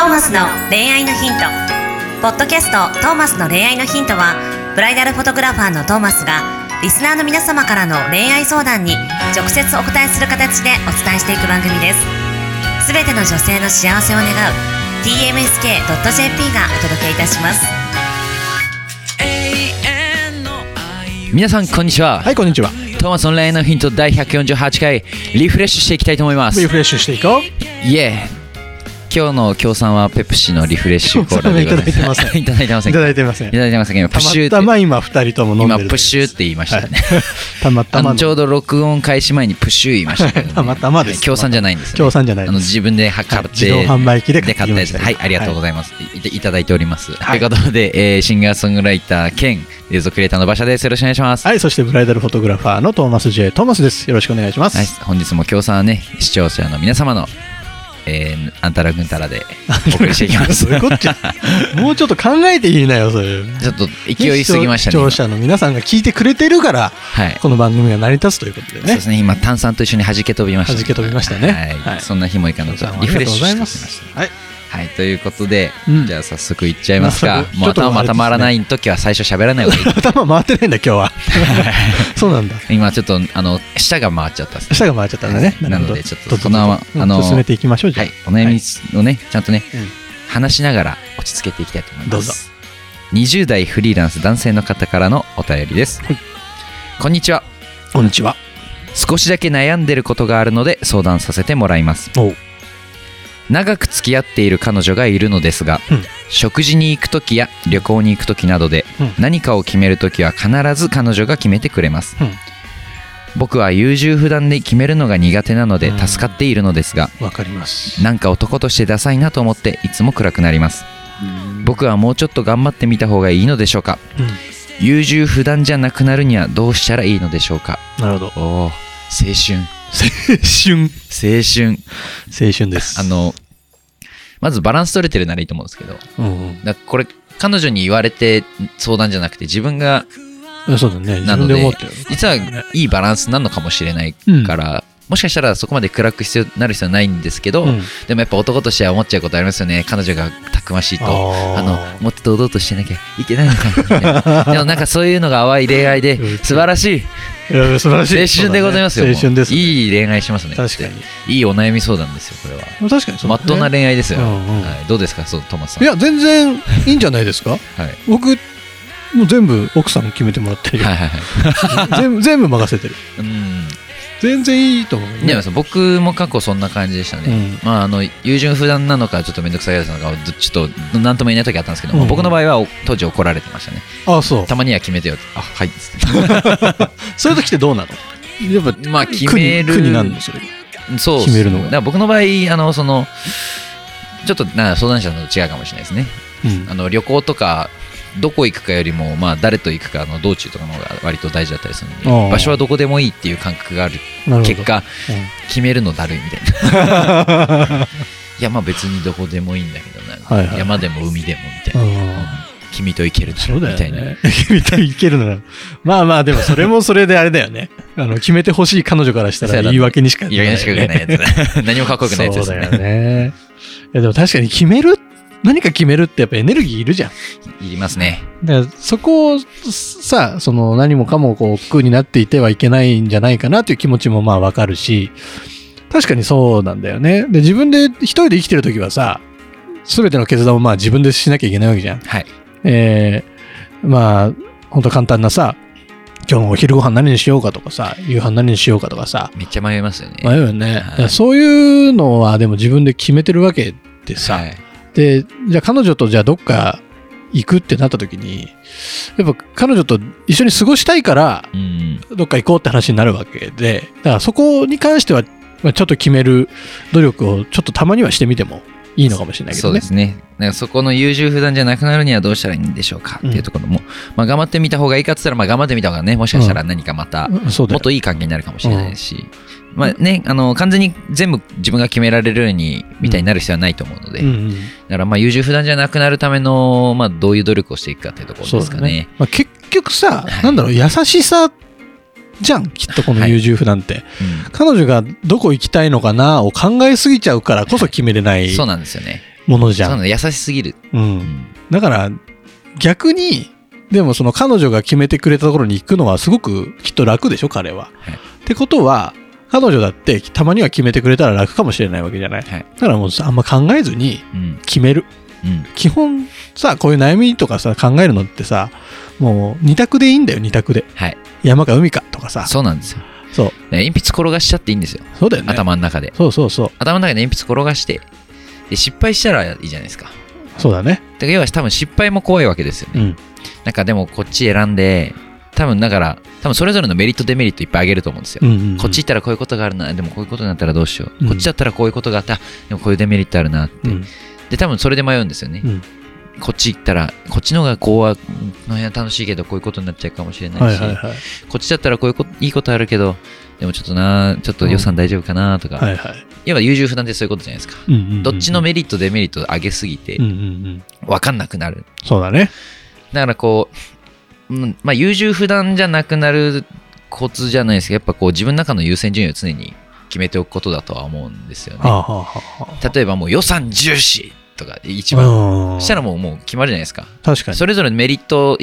ーマスの恋愛のヒント。ポッドキャストトーマスの恋愛のヒントは、ブライダルフォトグラファーのトーマスがリスナーの皆様からの恋愛相談に直接お答えする形でお伝えしていく番組です。すべての女性の幸せを願う tmsk.jp がお届けいたします。 皆さんこんにちは。 はい、こんにちは。 トーマスの恋愛のヒント第148回リフレッシュしていきたいと思います。 リフレッシュしていこう。 イエー。今日の協賛はペプシのリフレッシュコーラでございます。 いただいてません。 いただいてません。 いただいてません。 いただいてません。今プッシュってたまたま今2人とも飲んでる。 今プッシュって言いましたね。 はい、たまたまちょうど録音開始前にプッシュ言いましたけど、ね、 たまたまです。 協賛じゃないんですよ、ね。 協賛じゃないです。 自分で買って、 自動販売機で買ったやつで、はい、ありがとうございます。はい、いただいております。 はい、 ということで、シンガーソングライター兼映像クリエイターの馬車です。よろしくお願いします。 はい、そしてブライダルフォトグラファーのトーマス J トーマスです。よろしくお願いします。 はい、本日も協賛はね、視聴者の皆様のあんたらぐんたらでお送りしていきます。 そういうこっちゃ。もうちょっと考えていいなよ、それ。 ちょっと勢いすぎましたね。 視聴者の皆さんが聞いてくれてるから、はい、この番組が成り立つということでね。 そうですね、今炭酸と一緒に弾け飛びました、ね。 弾け飛びましたね。 はい、そんな日もいかなとリフレッシュしてました。はい。はい、ということで、じゃあ早速いっちゃいますか。もう頭また回らない時は最初喋らない方がいい。 頭回ってないんだ今日は。そうなんだ。 今ちょっと舌が回っちゃった。 舌が回っちゃったんだね。 なのでちょっとそのまま進めていきましょう。じゃあ、 はい、お悩みをねちゃんとね話しながら落ち着けていきたいと思います。 どうぞ。 20代フリーランス男性の方からのお便りです。こんにちは。 こんにちは。 少しだけ悩んでることがあるので相談させてもらいます。長く付き合っている彼女がいるのですが、食事に行くときや旅行に行くときなどで、何かを決めるときは必ず彼女が決めてくれます。僕は優柔不断で決めるのが苦手なので助かっているのですが、 わかります。 なんか男としてダサいなと思っていつも暗くなります。僕はもうちょっと頑張ってみた方がいいのでしょうか。優柔不断じゃなくなるにはどうしたらいいのでしょうか。 なるほど。 青春です。 まずバランス取れてるならいいと思うんですけど、だこれ彼女に言われて相談じゃなくて自分がそうだね、 なので自分で思ってる。 実はいいバランスなのかもしれないから、もしかしたらそこまで暗くなる必要はないんですけど、でもやっぱ男としては思っちゃうことありますよね。彼女がたくましいともっと堂々としてなきゃいけないのかみたいな。でもなんかそういうのが淡い恋愛で素晴らしい。 素晴らしい青春でございますよ。 青春です。 いい恋愛しますね。 確かに。 いいお悩み相談ですよこれは。 確かにそう。 まっとうな恋愛ですよ。どうですか、トーマスさん。 いや全然いいんじゃないですか。僕もう全部奥さん決めてもらってるよ。全部任せてる。全然いいと思う。 でも僕も過去そんな感じでしたね。優柔不断なのかちょっと面倒くさいやつなのかちょっと何とも言えない時あったんですけど、僕の場合は当時怒られてましたね。 あ、そう。 たまには決めてよって。あ、はいっつって。 そういう時ってどうなの？やっぱ決める。 苦になるのそれ。 そう。 決めるのが。 だから僕の場合ちょっと相談者のと違うかもしれないですね。旅行とかどこ行くかよりも、誰と行くかの道中とかの方が割と大事だったりするので、場所はどこでもいいっていう感覚がある結果、決めるのだるいみたいな。いや別にどこでもいいんだけどな、山でも海でもみたいな。君と行けるだろみたいな。 君と行けるならでもそれもそれであれだよね。決めてほしい彼女からしたら言い訳にしかないやつ。 何もかっこよくないやつですね。 そうだよね。いやでも確かに何か決めるってやっぱエネルギーいるじゃん。 いりますね。 だからそこをさ、何もかも苦になっていてはいけないんじゃないかなっていう気持ちもわかるし、確かにそうなんだよね。で、自分で一人で生きてるときはさ、すべての決断を自分でしなきゃいけないわけじゃん。 はい。 ほんと簡単なさ、今日のお昼ご飯何にしようかとかさ、夕飯何にしようかとかさ。 めっちゃ迷いますよね。 迷うよね。そういうのはでも自分で決めてるわけでさ、で、じゃあ彼女とどっか行くってなった時に、やっぱ彼女と一緒に過ごしたいから、どっか行こうって話になるわけで、だからそこに関しては、ちょっと決める努力をちょっとたまにはしてみてもいいのかもしれないけどね。 そうですね。だからそこの優柔不断じゃなくなるにはどうしたらいいんでしょうかっていうところも、頑張ってみた方がいいかって言ったら、頑張ってみた方がね、もしかしたら何かまたもっといい関係になるかもしれないし、完全に全部自分が決められるようにみたいになる必要はないと思うので、だから優柔不断じゃなくなるためのどういう努力をしていくかっていうところですかね。 結局さ、優しさじゃん、きっとこの優柔不断って、彼女がどこ行きたいのかなを考えすぎちゃうからこそ決めれない。 そうなんですよね。 ものじゃん。 そうなの、優しすぎる。 だから逆にでもその彼女が決めてくれたところに行くのはすごくきっと楽でしょ彼は、ってことは彼女だってたまには決めてくれたら楽かもしれないわけじゃない、だからもうあんま考えずに決める、基本さこういう悩みとかさ考えるのってさもう2択でいいんだよ。2択で、山か海かとかさ。 そうなんですよ。 そう鉛筆転がしちゃっていいんですよ。 そうだよね。 頭の中で。 そうそうそう。 頭の中で鉛筆転がしてで失敗したらいいじゃないですか。 そうだね。 だから要は多分失敗も怖いわけですよね。なんかでもこっち選んで多分それぞれのメリットデメリットいっぱいあげると思うんですよ。こっち行ったらこういうことがあるな、でもこういうことになったらどうしよう、こっちだったらこういうことがあった、でもこういうデメリットあるなって、で多分それで迷うんですよね。こっち行ったらこっちの方がこうはの辺は楽しいけどこういうことになっちゃうかもしれないし、こっちだったらこういういいことあるけどでもちょっと予算大丈夫かなとか、要は優柔不断ってそういうことじゃないですか。どっちのメリットデメリットを上げすぎて分かんなくなる。 そうだね。 だからこう、まあ優柔不断じゃなくなるコツじゃないですけど、やっぱこう自分の中の優先順位を常に決めておくことだとは思うんですよね。例えばもう予算重視とか一番そしたらもう決まるじゃないですか。 確かに。 それぞれメリット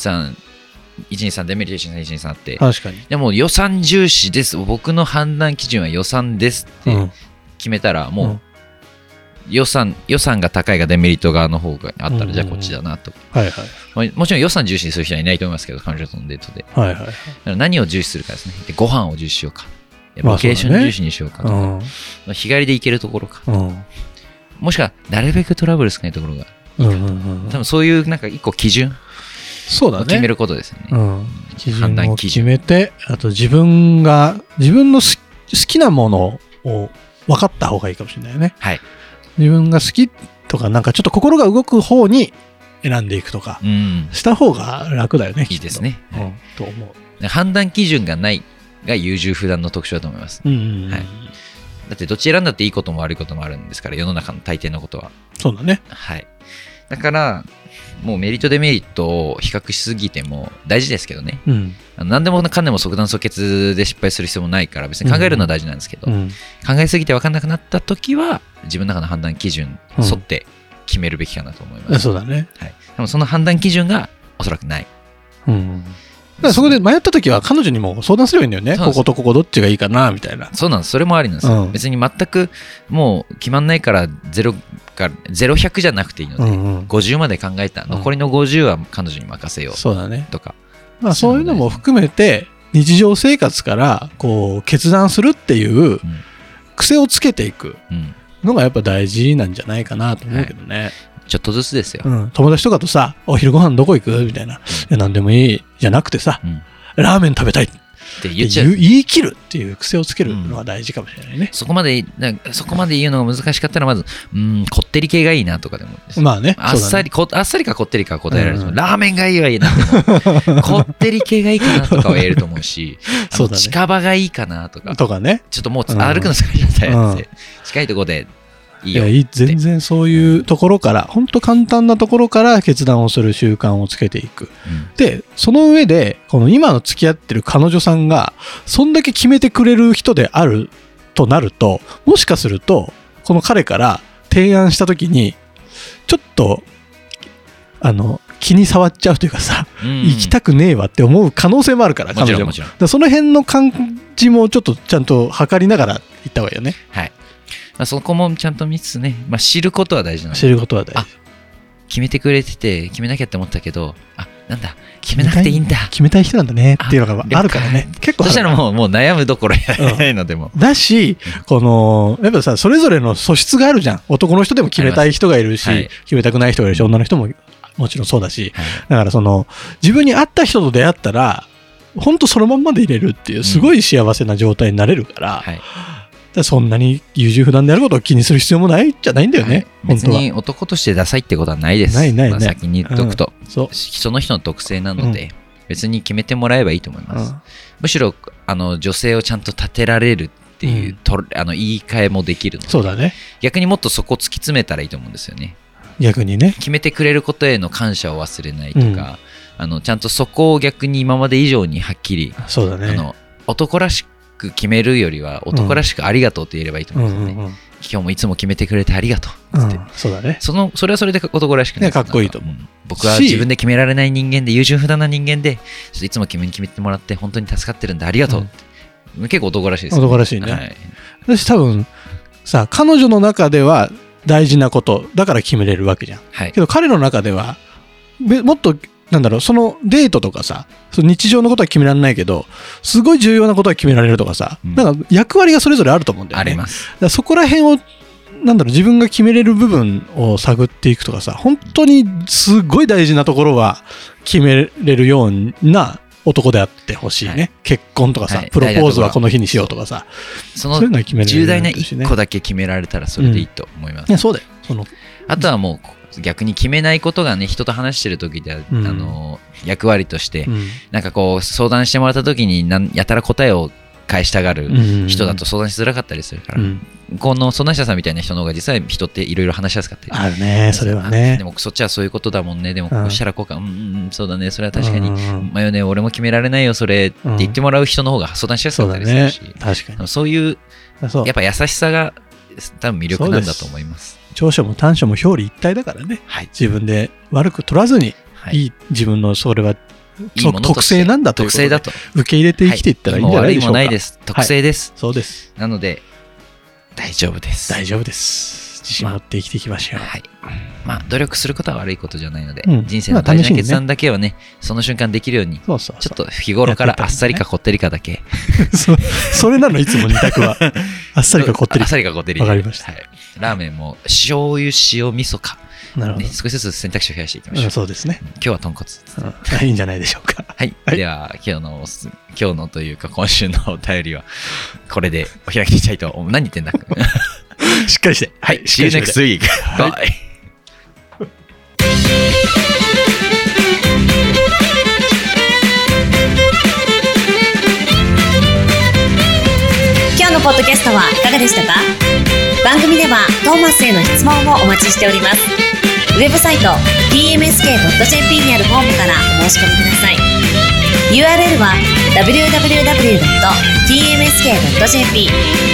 123デメリット123あって、 確かに。 でも予算重視です、僕の判断基準は予算ですって決めたらもう予算が高いがデメリット側の方があったらじゃあこっちだなと。もちろん予算重視する人はいないと思いますけど、彼女とのデートで。だから何を重視するかですね。でご飯を重視しようか、ロケーション重視にしようかとか、日帰りで行けるところか、もしくはなるべくトラブル少ないところがいいかと、多分そういうなんか一個基準を決めることですよね。 基準を決めて、あと自分の好きなものを分かった方がいいかもしれないよね。自分が好きとかなんかちょっと心が動く方に選んでいくとかした方が楽だよね。 いいですね。 と思う。 判断基準がないが優柔不断の特徴だと思います。だってどっち選んだっていいことも悪いこともあるんですから、世の中の大抵のことは。 そうだね。 だからもうメリットデメリットを比較しすぎても大事ですけどね、何でもかんでも即断即決で失敗する必要もないから別に考えるのは大事なんですけど、考えすぎて分かんなくなった時は自分の中の判断基準に沿って決めるべきかなと思います。 そうだね。 でもその判断基準がおそらくない。 だからそこで迷った時は彼女にも相談すればいいんだよね。こことここどっちがいいかなみたいな。 そうなんです。それもありなんですよ。別に全くもう決まんないから0、100じゃなくていいので、50まで考えた残りの50は彼女に任せようとか、 そういうのも含めて日常生活からこう決断するっていう癖をつけていくのがやっぱ大事なんじゃないかなと思うけどね。 ちょっとずつですよ。 友達とかとさ、お昼ご飯どこ行くみたいな、何でもいいじゃなくてさ、ラーメン食べたいって言い切るっていう癖をつけるのが大事かもしれないね。 そこまで言うのが難しかったらまずこってり系がいいなとかでもいいです。あっさりかこってりか答えられる。ラーメンがいいはいいなでもこってり系がいいかなとかは言えると思うし、近場がいいかなとかね。ちょっともう歩くの疲れちゃったやつ近いところで全然そういうところから本当簡単なところから決断をする習慣をつけていく、でその上でこの今の付き合ってる彼女さんがそんだけ決めてくれる人であるとなると、もしかするとこの彼から提案した時にちょっと気に障っちゃうというかさ、行きたくねえわって思う可能性もあるから、彼女も。その辺の感じもちょっとちゃんと測りながら行った方がいいよね。 そこもちゃんと見つつね、知ることは大事なんで。 知ることは大事。 決めてくれてて決めなきゃって思ったけど、なんだ決めなくていいんだ、 決めたい人なんだねっていうのがあるからね。結構そしたらもう悩むどころやないのでも、 だし、やっぱさ、それぞれの素質があるじゃん。男の人でも決めたい人がいるし、決めたくない人がいるし、女の人ももちろんそうだし、だから自分に合った人と出会ったら本当そのまんまでいれるっていうすごい幸せな状態になれるから、そんなに優柔不断であることを気にする必要もないじゃないんだよね。 別に男としてダサいってことはないです。先に言っとくと、その人の特性なので、別に決めてもらえばいいと思います。むしろ女性をちゃんと立てられるっていう言い換えもできるので、 そうだね。 逆にもっとそこを突き詰めたらいいと思うんですよね。 逆にね、 決めてくれることへの感謝を忘れないとか、ちゃんとそこを逆に今まで以上にはっきり、男らしく決めるよりは男らしくありがとうって言えればいいと思うんですよね。 今日もいつも決めてくれてありがとうって、 そうだね。 それはそれで男らしくないですかっこいいと思う。 僕は自分で決められない人間で優柔不断な人間で、ちょっといつも決めてもらって本当に助かってるんでありがとうって、結構男らしいですね。 男らしいね。 はい、 私多分さ、彼女の中では大事なことだから決めれるわけじゃん。 はい、けど彼の中ではもっとなんだろう、そのデートとかさ、その日常のことは決められないけど、すごい重要なことは決められるとかさ、なんか役割がそれぞれあると思うんだよね。 あります。 だからそこら辺をなんだろう、自分が決めれる部分を探っていくとかさ、本当にすごい大事なところは決めれるような男であってほしいね、はい、結婚とかさ、はい、プロポーズはこの日にしようとかさ、 そういうのは決めれる、重大な1個だけ決められたらそれでいいと思います、 ね、そうだよ。 あとはもう逆に決めないことがね、人と話してる時では、役割として、なんかこう相談してもらった時にやたら答えを返したがる人だと相談しづらかったりするから、この相談者さんみたいな人の方が実際人っていろいろ話しやすかったりあるね、それはね。 でもそっちはそういうことだもんね、でもこうしたらこうか、そうだね、それは確かにマヨネ俺も決められないよそれって言ってもらう人の方が相談しやすかったりするし、 確かにそういうやっぱ優しさが多分魅力なんだと思います。 長所も短所も表裏一体だからね、はい、自分で悪く取らずに、はい、いい自分のそれはいいものとして特性なんだということで受け入れて生きていったらいいんじゃないでしょうか。 悪いもないです、特性です、 はい、そうです。 なので大丈夫です。 大丈夫です。自信持って生きていきましょう。 はい。まあ努力することは悪いことじゃないので、人生の大事な決断だけはね、その瞬間できるように、ちょっと日頃からあっさりかこってりかだけ。 それなのいつも二択は。あっさりかこってり。 あっさりかこってり。 わかりました。 はい。ラーメンも醤油、塩、味噌か。 なるほど。 少しずつ選択肢を増やしていきましょう。 そうですね。 今日は豚骨。 いいんじゃないでしょうか。 はい。では今日のというか今週のお便りはこれでお開きにしたいと思う。何言ってんだ。 しっかりして。 はい。See you next week. Bye. 今日のポッドキャストはいかがでしたか？番組ではトーマスへの質問もお待ちしております。ウェブサイト tmsk.jp にあるフォームからお申し込みください。URL は www.tmsk.jp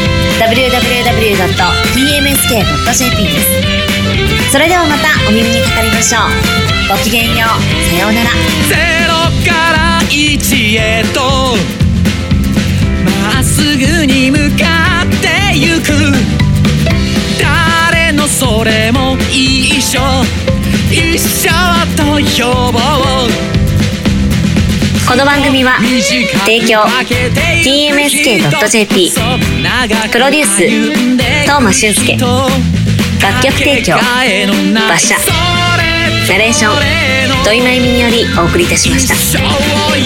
www.tmsk.jp です。それではまたお耳にかかりましょう。ごきげんよう。さようなら。 0から1へとまっすぐに向かってゆく、誰のそれも一緒と呼ぼう。 この番組は提供 tmsk.jp プロデュース東間俊介、楽曲提供馬車、ナレーション土井真由美によりお送りいたしました。